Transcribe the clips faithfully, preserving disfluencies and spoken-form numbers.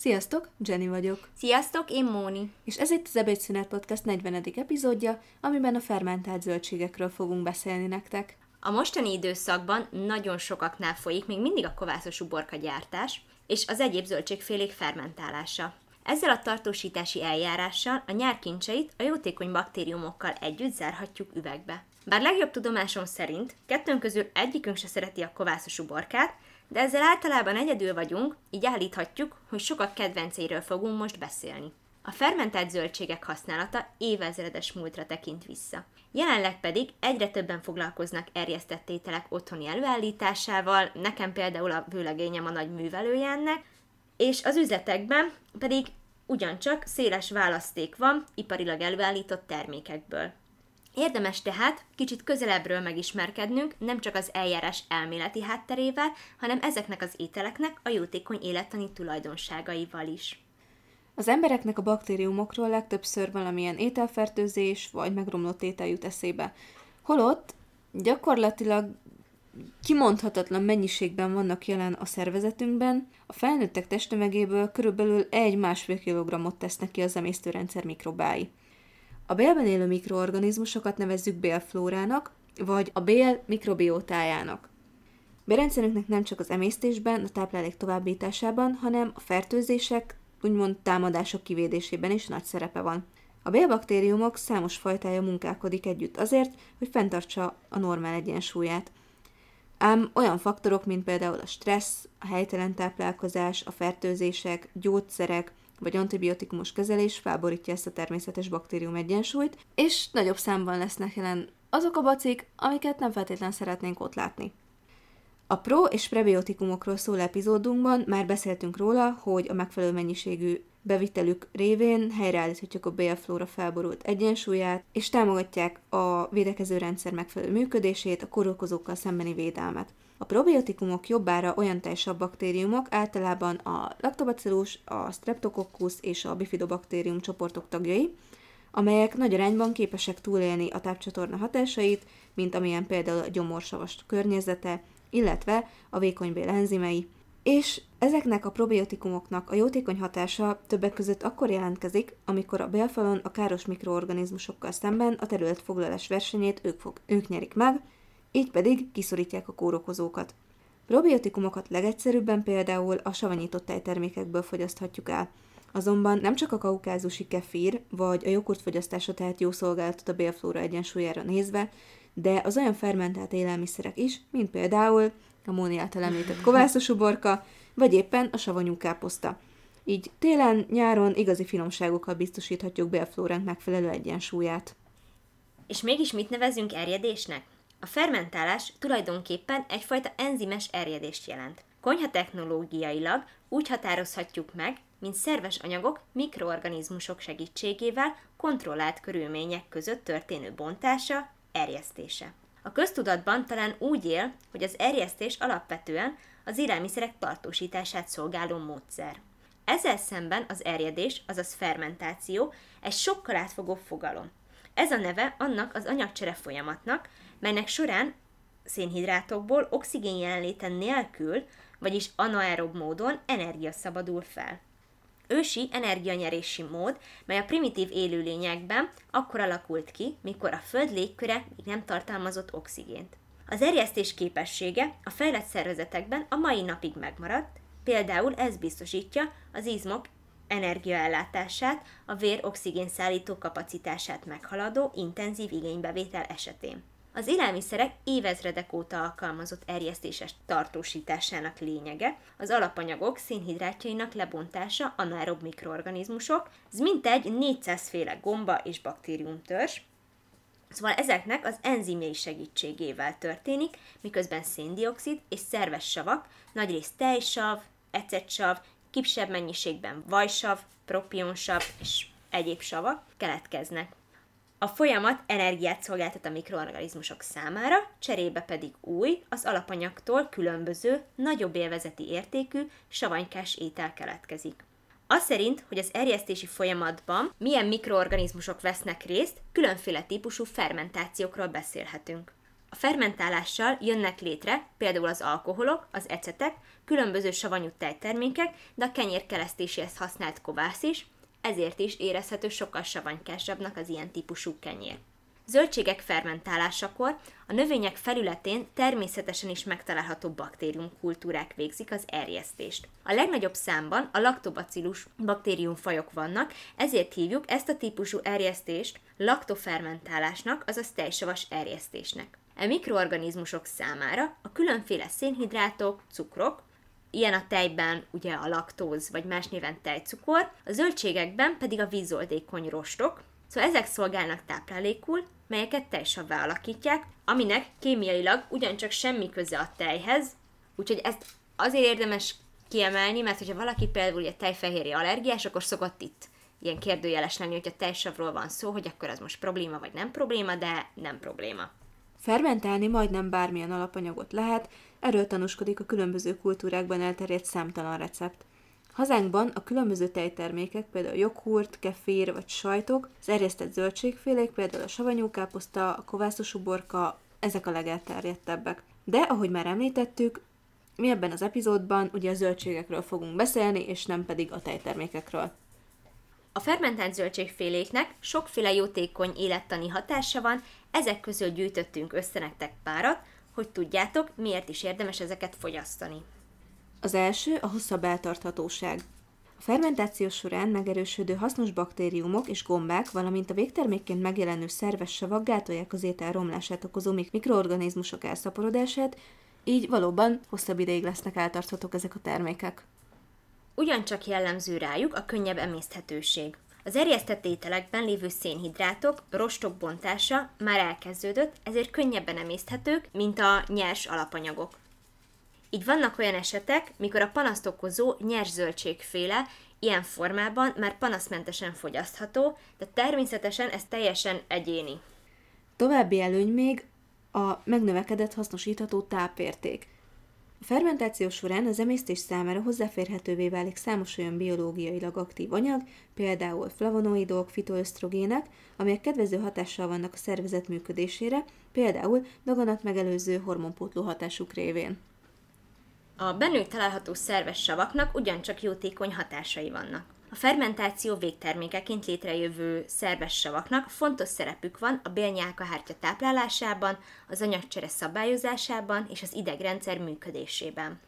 Sziasztok, Jenny vagyok. Sziasztok, én Móni. És ez itt az Ebédszünet Podcast negyvenedik epizódja, amiben a fermentált zöldségekről fogunk beszélni nektek. A mostani időszakban nagyon sokaknál folyik még mindig a kovászos uborka gyártás, és az egyéb zöldségfélék fermentálása. Ezzel a tartósítási eljárással a nyár kincseit a jótékony baktériumokkal együtt zárhatjuk üvegbe. Bár legjobb tudomásom szerint kettőnk közül egyikünk se szereti a kovászos uborkát, de ezzel általában egyedül vagyunk, így állíthatjuk, hogy sokak kedvenceiről fogunk most beszélni. A fermentált zöldségek használata évezredes múltra tekint vissza. Jelenleg pedig egyre többen foglalkoznak erjesztett ételek otthoni előállításával, nekem például a vőlegényem a nagy művelője ennek, és az üzletekben pedig ugyancsak széles választék van iparilag előállított termékekből. Érdemes tehát kicsit közelebbről megismerkednünk nem csak az eljárás elméleti hátterével, hanem ezeknek az ételeknek a jótékony élettani tulajdonságaival is. Az embereknek a baktériumokról legtöbbször valamilyen ételfertőzés vagy megromlott étel jut eszébe. Holott gyakorlatilag kimondhatatlan mennyiségben vannak jelen a szervezetünkben, a felnőttek testtömegéből körülbelül egy-másfél kilogrammot tesznek ki az emésztőrendszer mikrobái. A bélben élő mikroorganizmusokat nevezzük bélflórának, vagy a bél mikrobiótájának. Bélrendszerünknek nem csak az emésztésben, a táplálék továbbításában, hanem a fertőzések, úgymond támadások kivédésében is nagy szerepe van. A bélbaktériumok számos fajtája munkálkodik együtt azért, hogy fenntartsa a normál egyensúlyát. Ám olyan faktorok, mint például a stressz, a helytelen táplálkozás, a fertőzések, gyógyszerek vagy antibiotikumos kezelés felborítja ezt a természetes baktérium egyensúlyt, és nagyobb számban lesznek jelen azok a bacik, amiket nem feltétlenül szeretnénk ott látni. A pro- és prebiotikumokról szóló epizódunkban már beszéltünk róla, hogy a megfelelő mennyiségű bevitelük révén helyreállíthatjuk a bélflóra felborult egyensúlyát, és támogatják a védekező rendszer megfelelő működését, a kórokozókkal szembeni védelmet. A probiotikumok jobbára olyan teljesabb baktériumok, általában a lactobacillus, a streptococcus és a bifidobakterium csoportok tagjai, amelyek nagy arányban képesek túlélni a tápcsatorna hatásait, mint amilyen például a gyomorsavas környezete, illetve a vékonybél enzimei, és ezeknek a probiotikumoknak a jótékony hatása többek között akkor jelentkezik, amikor a bélfalon a káros mikroorganizmusokkal szemben a területfoglalás versenyét ők, fog, ők nyerik meg, így pedig kiszorítják a kórokozókat. Probiotikumokat legegyszerűbben például a savanyított tejtermékekből fogyaszthatjuk el. Azonban nem csak a kaukázusi kefír vagy a joghurt fogyasztása tehet jó szolgálatot a bélflóra egyensúlyára nézve, de az olyan fermentált élelmiszerek is, mint például a Móni által említett kovászos uborka, vagy éppen a savanyú káposzta. Így télen, nyáron igazi finomságokkal biztosíthatjuk bélflóránk megfelelő egyensúlyát. És mégis mit nevezünk erjedésnek? A fermentálás tulajdonképpen egyfajta enzimes erjedést jelent. Konyhatechnológiailag úgy határozhatjuk meg, mint szerves anyagok mikroorganizmusok segítségével kontrollált körülmények között történő bontása, erjesztése. A köztudatban talán úgy él, hogy az erjesztés alapvetően az élelmiszerek tartósítását szolgáló módszer. Ezzel szemben az erjedés, azaz fermentáció egy sokkal átfogóbb fogalom. Ez a neve annak az anyagcsere folyamatnak, melynek során szénhidrátokból oxigén jelenléte nélkül, vagyis anaerob módon energia szabadul fel. Ősi energianyerési mód, mely a primitív élőlényekben akkor alakult ki, mikor a Föld légköre még nem tartalmazott oxigént. Az erjesztés képessége a fejlett szervezetekben a mai napig megmaradt, például ez biztosítja az izmok energiaellátását, a vér oxigénszállító kapacitását meghaladó intenzív igénybevétel esetén. Az élelmiszerek évezredek óta alkalmazott erjesztéses tartósításának lényege az alapanyagok szénhidrátjainak lebontása anaerob mikroorganizmusok, ez mintegy négyszáz féle gomba és baktériumtörzs, szóval ezeknek az enzimjai segítségével történik, miközben széndioxid és szerves savak, nagyrészt tejsav, ecetsav, kisebb mennyiségben vajsav, propionsav és egyéb savak keletkeznek. A folyamat energiát szolgáltat a mikroorganizmusok számára, cserébe pedig új, az alapanyagtól különböző, nagyobb élvezeti értékű, savanykás étel keletkezik. Az szerint, hogy az erjesztési folyamatban milyen mikroorganizmusok vesznek részt, különféle típusú fermentációkról beszélhetünk. A A fermentálással jönnek létre például az alkoholok, az ecetek, különböző savanyú tejtermékek, de a kenyér kelesztéséhez használt kovász is, ezért is érezhető sokkal savanykásabbnak az ilyen típusú kenyér. Zöldségek fermentálásakor a növények felületén természetesen is megtalálható baktériumkultúrák végzik az erjesztést. A legnagyobb számban a Lactobacillus baktériumfajok vannak, ezért hívjuk ezt a típusú erjesztést laktofermentálásnak, azaz tejsavas erjesztésnek. E mikroorganizmusok számára a különféle szénhidrátok, cukrok, ilyen a tejben ugye a laktóz, vagy más néven tejcukor, a zöldségekben pedig a vízoldékony rostok, szóval ezek szolgálnak táplálékul, melyeket tejsavvá alakítják, aminek kémiailag ugyancsak semmi köze a tejhez, úgyhogy ezt azért érdemes kiemelni, mert hogyha valaki például ugye tejfehérje allergiás, akkor szokott itt ilyen kérdőjeles lenni, hogyha tejsavról van szó, hogy akkor az most probléma vagy nem probléma, de nem probléma. Fermentálni majdnem bármilyen alapanyagot lehet, erről tanúskodik a különböző kultúrákban elterjedt számtalan recept. Hazánkban a különböző tejtermékek, például joghurt, kefir vagy sajtok, az erjesztett zöldségfélék, például a savanyú káposzta, a kovászos uborka, ezek a legelterjedtebbek. De, ahogy már említettük, mi ebben az epizódban ugye a zöldségekről fogunk beszélni, és nem pedig a tejtermékekről. A fermentált zöldségféléknek sokféle jótékony élettani hatása van, ezek közül gyűjtöttünk össze nektek párat, hogy tudjátok, miért is érdemes ezeket fogyasztani. Az első a hosszabb eltarthatóság. A fermentáció során megerősödő hasznos baktériumok és gombák, valamint a végtermékként megjelenő szerves savak gátolják az étel romlását okozó mikroorganizmusok elszaporodását, így valóban hosszabb ideig lesznek eltarthatók ezek a termékek. Ugyancsak jellemző rájuk a könnyebb emészthetőség. Az erjesztett ételekben lévő szénhidrátok, rostok bontása már elkezdődött, ezért könnyebben emészthetők, mint a nyers alapanyagok. Így vannak olyan esetek, mikor a panaszt okozó nyers zöldségféle ilyen formában már panaszmentesen fogyasztható, de természetesen ez teljesen egyéni. További előny még a megnövekedett hasznosítható tápérték. A fermentáció során az emésztés számára hozzáférhetővé válik számos olyan biológiailag aktív anyag, például flavonoidok, fitoösztrogének, amelyek kedvező hatással vannak a szervezet működésére, például daganatmegelőző hormonpótló hatásuk révén. A bennük található szerves savaknak ugyancsak jótékony hatásai vannak. A fermentáció végtermékeként létrejövő szerves savaknak fontos szerepük van a bélnyálkahártya táplálásában, az anyagcsere szabályozásában és az idegrendszer működésében.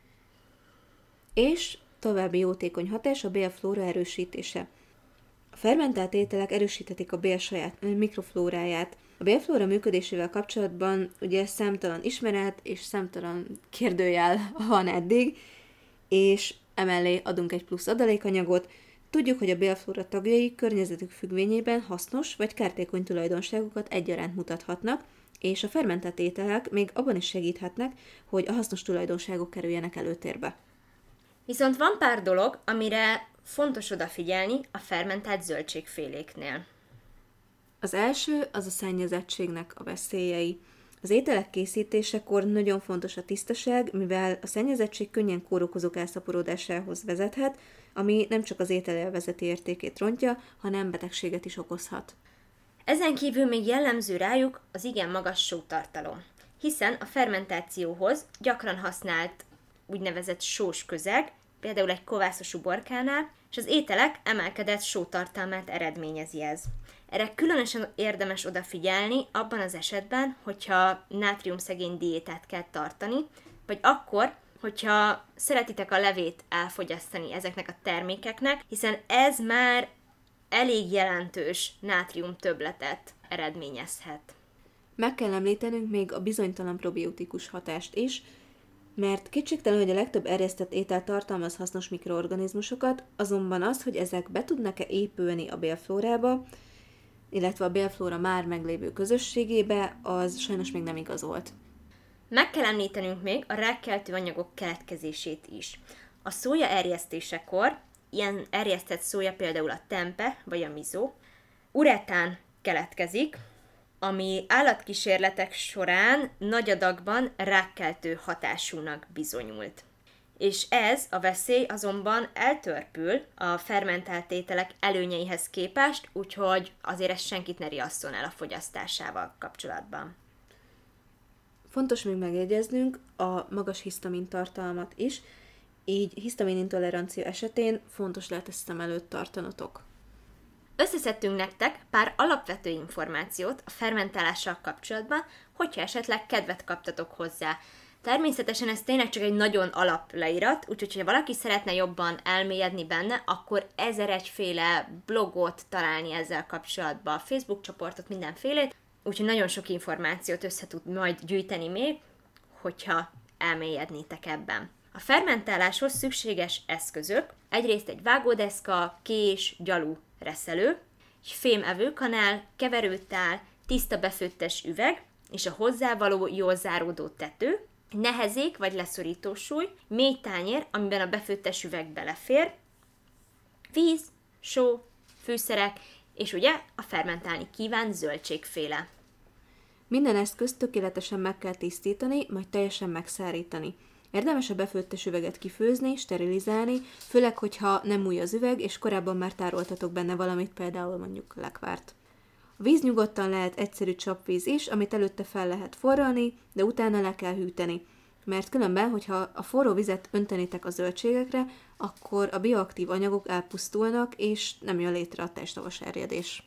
És további jótékony hatás a bélflóra erősítése. A fermentált ételek erősíthetik a bél saját mikroflóráját. A bélflóra működésével kapcsolatban ugye számtalan ismeret és számtalan kérdőjel van eddig, és emellé adunk egy plusz adalékanyagot. Tudjuk, hogy a bélflóra tagjai környezetük függvényében hasznos vagy kártékony tulajdonságokat egyaránt mutathatnak, és a fermentált ételek még abban is segíthetnek, hogy a hasznos tulajdonságok kerüljenek előtérbe. Viszont van pár dolog, amire fontos odafigyelni a fermentált zöldségféléknél. Az első az a szennyezettségnek a veszélyei. Az ételek készítésekor nagyon fontos a tisztaság, mivel a szennyezettség könnyen kórokozók elszaporodásához vezethet, ami nem csak az étel élvezeti értékét rontja, hanem betegséget is okozhat. Ezen kívül még jellemző rájuk az igen magas sótartalom, hiszen a fermentációhoz gyakran használt úgynevezett sós közeg, például egy kovászos uborkánál, és az ételek emelkedett sótartalmát eredményezi ez. Erre különösen érdemes odafigyelni abban az esetben, hogyha nátriumszegény diétát kell tartani, vagy akkor, hogyha szeretitek a levét elfogyasztani ezeknek a termékeknek, hiszen ez már elég jelentős nátrium többletet eredményezhet. Meg kell említenünk még a bizonytalan probiotikus hatást is, mert kétségtelen, hogy a legtöbb erjesztett étel tartalmaz hasznos mikroorganizmusokat, azonban az, hogy ezek be tudnak-e épülni a bélflórába, illetve a bélflóra már meglévő közösségébe, az sajnos még nem igazolt. Meg kell említenünk még a rákkeltő anyagok keletkezését is. A szója erjesztésekor, ilyen erjesztett szója például a tempe vagy a miso, uretán keletkezik, ami állatkísérletek során nagy adagban rákkeltő hatásúnak bizonyult. És ez a veszély azonban eltörpül a fermentált ételek előnyeihez képest, úgyhogy azért ez senkit ne riasszon el a fogyasztásával kapcsolatban. Fontos még megjegyeznünk a magas hisztamin tartalmat is, így hisztamin intolerancia esetén fontos lehet ezt szem előtt tartanotok. Összeszedtünk nektek pár alapvető információt a fermentálással kapcsolatban, hogyha esetleg kedvet kaptatok hozzá. Természetesen ez tényleg csak egy nagyon alap leírat, úgyhogy ha valaki szeretne jobban elmélyedni benne, akkor ezer egyféle blogot találni ezzel kapcsolatban, Facebook csoportot, mindenfélét, úgyhogy nagyon sok információt össze tud majd gyűjteni még, hogyha elmélyednétek ebben. A fermentáláshoz szükséges eszközök, egyrészt egy vágódeszka, kés, gyalú, reszelő, egy fém evőkanál, keverőtál, tiszta befőttes üveg, és a hozzávaló jól záródó tető, nehezék vagy leszorító súly, mély tányér, amiben a befőttes üveg belefér, víz, só, fűszerek, és ugye a fermentálni kívánt zöldségféle. Minden eszközt tökéletesen meg kell tisztítani, majd teljesen megszárítani. Érdemes a befőttes üveget kifőzni, sterilizálni, főleg, hogyha nem új az üveg, és korábban már tároltatok benne valamit, például mondjuk lekvárt. A víz nyugodtan lehet egyszerű csapvíz is, amit előtte fel lehet forralni, de utána le kell hűteni. Mert különben, hogyha a forró vizet öntenitek a zöldségekre, akkor a bioaktív anyagok elpusztulnak, és nem jön létre a testtavas erjedés.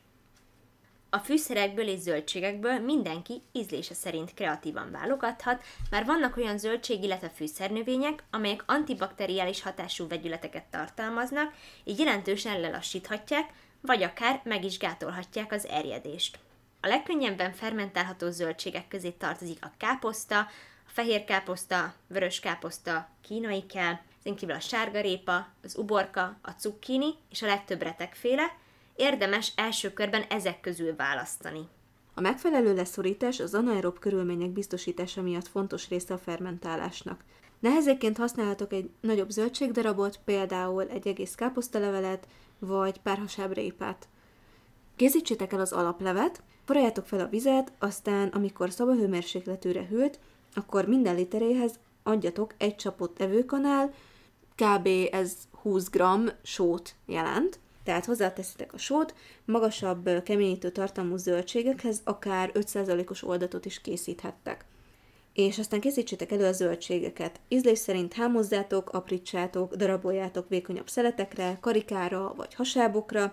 A fűszerekből és zöldségekből mindenki ízlése szerint kreatívan válogathat, már vannak olyan zöldség, illetve fűszernövények, amelyek antibakteriális hatású vegyületeket tartalmaznak, így jelentősen lelassíthatják, vagy akár meg is gátolhatják az erjedést. A legkönnyebben fermentálható zöldségek közé tartozik a káposzta, a fehér káposzta, vörös káposzta, kínai kell, ezen kívül a sárgarépa, az uborka, a cukkini és a legtöbb retekféle. Érdemes első körben ezek közül választani. A megfelelő leszorítás az anaerob körülmények biztosítása miatt fontos része a fermentálásnak. Nehezékként használhatok egy nagyobb zöldségdarabot, például egy egész káposztalevelet, vagy pár hasáb répát. Készítsétek el az alaplevet, forraljátok fel a vizet, aztán amikor szobahőmérsékletűre hűlt, akkor minden literéhez adjatok egy csapott evőkanál, kb. Ez húsz gramm sót jelent, tehát hozzáteszitek a sót, magasabb keményítő tartalmú zöldségekhez akár öt százalékos oldatot is készíthettek. És aztán készítsétek elő a zöldségeket. Ízlés szerint hámozzátok, aprítsátok, daraboljátok vékonyabb szeletekre, karikára vagy hasábokra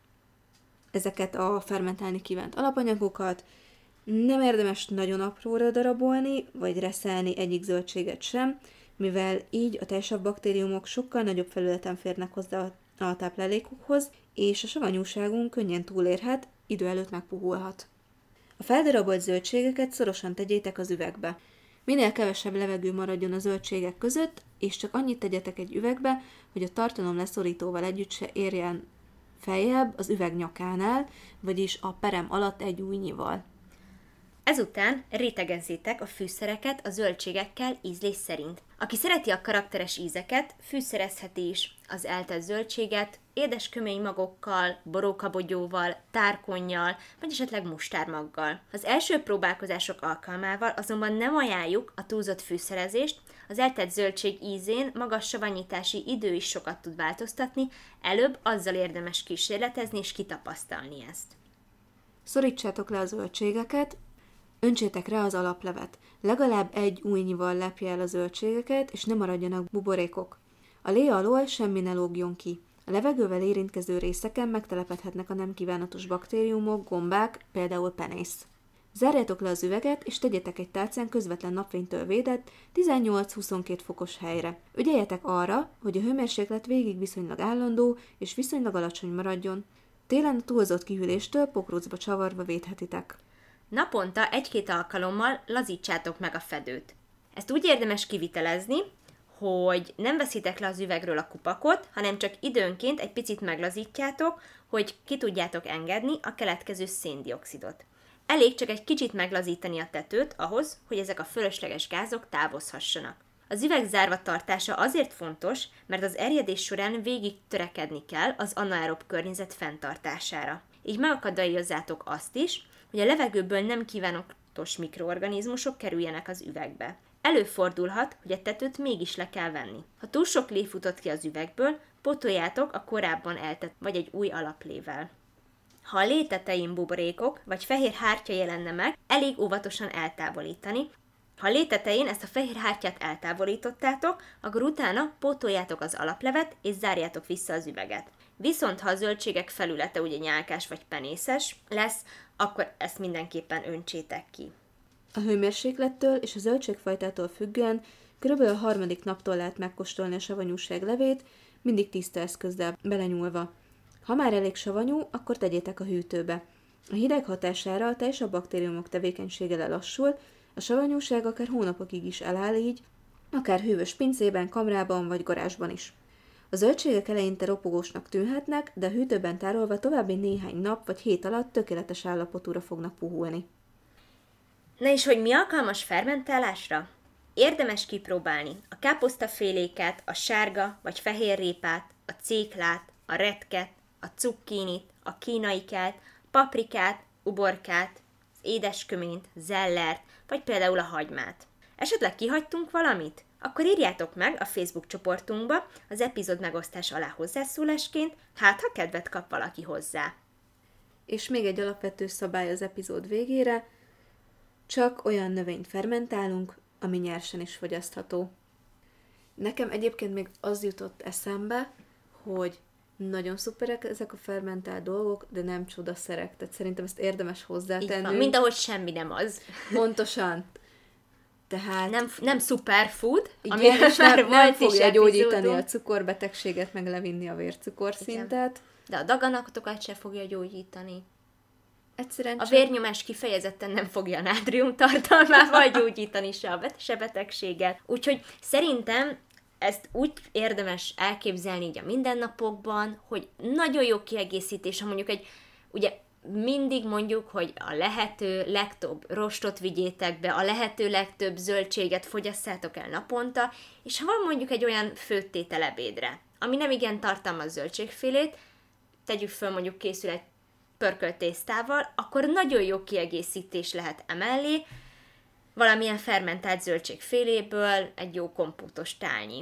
ezeket a fermentálni kívánt alapanyagokat. Nem érdemes nagyon apróra darabolni, vagy reszelni egyik zöldséget sem, mivel így a teljesabb baktériumok sokkal nagyobb felületen férnek hozzá a táplálékokhoz, és a savanyúságunk könnyen túlérhet, idő előtt megpuhulhat. A feldarabolt zöldségeket szorosan tegyétek az üvegbe. Minél kevesebb levegő maradjon a zöldségek között, és csak annyit tegyetek egy üvegbe, hogy a tartalom leszorítóval együtt se érjen feljebb az üveg nyakánál, vagyis a perem alatt egy ujjnyival. Ezután rétegezzétek a fűszereket a zöldségekkel ízlés szerint. Aki szereti a karakteres ízeket, fűszerezheti is az eltelt zöldséget édes kömény magokkal, borókabogyóval, tárkonnyal, vagy esetleg mustármaggal. Az első próbálkozások alkalmával azonban nem ajánljuk a túlzott fűszerezést, az eltelt zöldség ízén magas savanyítási idő is sokat tud változtatni, előbb azzal érdemes kísérletezni és kitapasztalni ezt. Szorítsátok le a zöldségeket, öntsétek rá az alaplevet. Legalább egy ujjnyival lepje el a zöldségeket, és ne maradjanak buborékok. A lé alól semmi ne lógjon ki. A levegővel érintkező részeken megtelepedhetnek a nem kívánatos baktériumok, gombák, például penész. Zárjátok le az üveget, és tegyetek egy tálcán közvetlen napfénytől védett tizennyolc-huszonkettő fokos helyre. Ügyeljetek arra, hogy a hőmérséklet végig viszonylag állandó és viszonylag alacsony maradjon. Télen a túlzott kihűléstől pokrócba csavarva védhetitek. Naponta egy-két alkalommal lazítsátok meg a fedőt. Ezt úgy érdemes kivitelezni, hogy nem veszitek le az üvegről a kupakot, hanem csak időnként egy picit meglazítjátok, hogy ki tudjátok engedni a keletkező széndioxidot. Elég csak egy kicsit meglazítani a tetőt ahhoz, hogy ezek a fölösleges gázok távozhassanak. Az üveg zárva tartása azért fontos, mert az erjedés során végig törekedni kell az anaerob környezet fenntartására. Így megakadályozzátok azt is, hogy a levegőből nem kívánatos mikroorganizmusok kerüljenek az üvegbe. Előfordulhat, hogy a tetőt mégis le kell venni. Ha túl sok lé futott ki az üvegből, pótoljátok a korábban eltett vagy egy új alaplével. Ha a lé tetején buborékok vagy fehér hártya jelenne meg, elég óvatosan eltávolítani, Ha a lé tetején ezt a fehér hártyát eltávolítottátok, akkor utána pótoljátok az alaplevet, és zárjátok vissza az üveget. Viszont ha a zöldségek felülete ugye nyálkás vagy penészes lesz, akkor ezt mindenképpen öntsétek ki. A hőmérséklettől és a zöldségfajtától függően körülbelül a harmadik naptól lehet megkóstolni a savanyúság levét, mindig tiszta eszközzel belenyúlva. Ha már elég savanyú, akkor tegyétek a hűtőbe. A hideg hatására a tej és a baktériumok tevékenysége lelassul, a savanyúság akár hónapokig is eláll így, akár hűvös pincében, kamrában vagy garázsban is. A zöldségek eleinte ropogósnak tűnhetnek, de a hűtőben tárolva további néhány nap vagy hét alatt tökéletes állapotúra fognak puhulni. Na és hogy mi alkalmas fermentálásra? Érdemes kipróbálni a káposztaféléket, a sárga vagy fehér répát, a céklát, a retket, a cukkinit, a kínai kelt, paprikát, uborkát, az édesköményt, zellert, vagy például a hagymát. Esetleg kihagytunk valamit? Akkor írjátok meg a Facebook csoportunkba az epizód megosztás alá hozzászólásként, hát ha kedvet kap valaki hozzá. És még egy alapvető szabály az epizód végére, csak olyan növényt fermentálunk, ami nyersen is fogyasztható. Nekem egyébként még az jutott eszembe, hogy nagyon szuperek ezek a fermentált dolgok, de nem csodaszerek, tehát szerintem ezt érdemes hozzátennünk. Mint ahogy semmi nem az. Pontosan. Tehát... Nem, nem superfood, ami nem, nem fogja gyógyítani epizódunk. a cukorbetegséget, meg levinni a vércukorszintet. De a daganatokat se fogja gyógyítani. Egyszerűen a csak... vérnyomás kifejezetten nem fogja a nátrium tartalmával gyógyítani se a se betegséget. Úgyhogy szerintem ezt úgy érdemes elképzelni így a mindennapokban, hogy nagyon jó kiegészítés, ha mondjuk egy, ugye mindig mondjuk, hogy a lehető legtöbb rostot vigyétek be, a lehető legtöbb zöldséget fogyasszátok el naponta, és ha van mondjuk egy olyan főttétel ebédre, ami nem igen tartalmaz zöldségfélét, tegyük föl mondjuk készül egy pörkölt tésztával, akkor nagyon jó kiegészítés lehet emellé, valamilyen fermentált zöldségféléből egy jó kompótos tálnyi.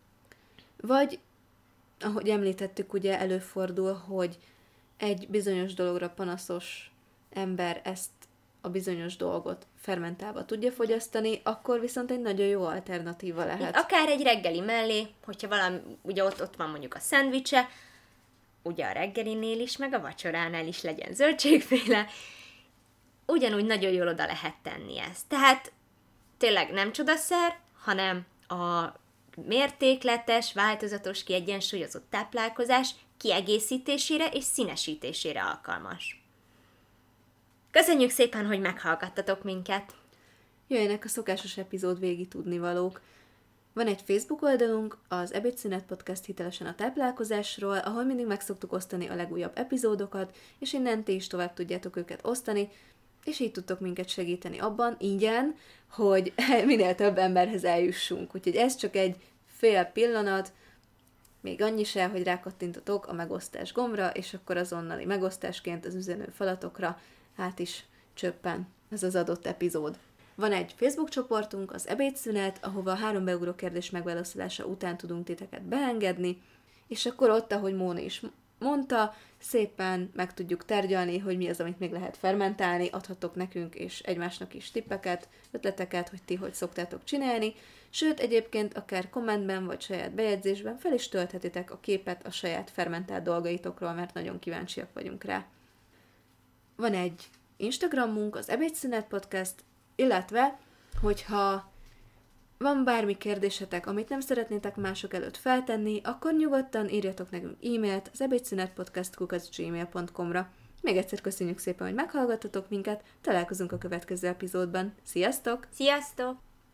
Vagy, ahogy említettük, ugye előfordul, hogy egy bizonyos dologra panaszos ember ezt a bizonyos dolgot fermentálva tudja fogyasztani, akkor viszont egy nagyon jó alternatíva lehet. Akár egy reggeli mellé, hogyha valami, ugye ott, ott van mondjuk a szendvicse, ugye a reggelinél is, meg a vacsoránál is legyen zöldségféle, ugyanúgy nagyon jól oda lehet tenni ezt. Tehát tényleg nem csodaszer, hanem a mértékletes, változatos, kiegyensúlyozott táplálkozás kiegészítésére és színesítésére alkalmas. Köszönjük szépen, hogy meghallgattatok minket! Jöjjenek a szokásos epizód végi tudnivalók. Van egy Facebook oldalunk, az Ebédszünet Podcast hitelesen a táplálkozásról, ahol mindig meg szoktuk osztani a legújabb epizódokat, és innen ti is tovább tudjátok őket osztani, és így tudtok minket segíteni abban, ingyen, hogy minél több emberhez eljussunk. Úgyhogy ez csak egy fél pillanat, még annyi se, hogy rákattintotok a megosztás gombra, és akkor azonnali megosztásként az üzenő falatokra át is csöppen ez az adott epizód. Van egy Facebook csoportunk, az Ebédszünet, ahova három beugró kérdés megválaszolása után tudunk titeket beengedni, és akkor ott, ahogy Móni is mondta, szépen meg tudjuk tárgyalni, hogy mi az, amit még lehet fermentálni, adhatok nekünk és egymásnak is tippeket, ötleteket, hogy ti hogy szoktátok csinálni, sőt, egyébként akár kommentben vagy saját bejegyzésben fel is tölthetitek a képet a saját fermentált dolgaitokról, mert nagyon kíváncsiak vagyunk rá. Van egy Instagramunk, az Ebédszünet Podcast, illetve, hogyha van bármi kérdésetek, amit nem szeretnétek mások előtt feltenni, akkor nyugodtan írjatok nekünk e-mailt az ebédszünetpodcast kukac gmail pont com-ra. Még egyszer köszönjük szépen, hogy meghallgattatok minket, találkozunk a következő epizódban. Sziasztok! Sziasztok!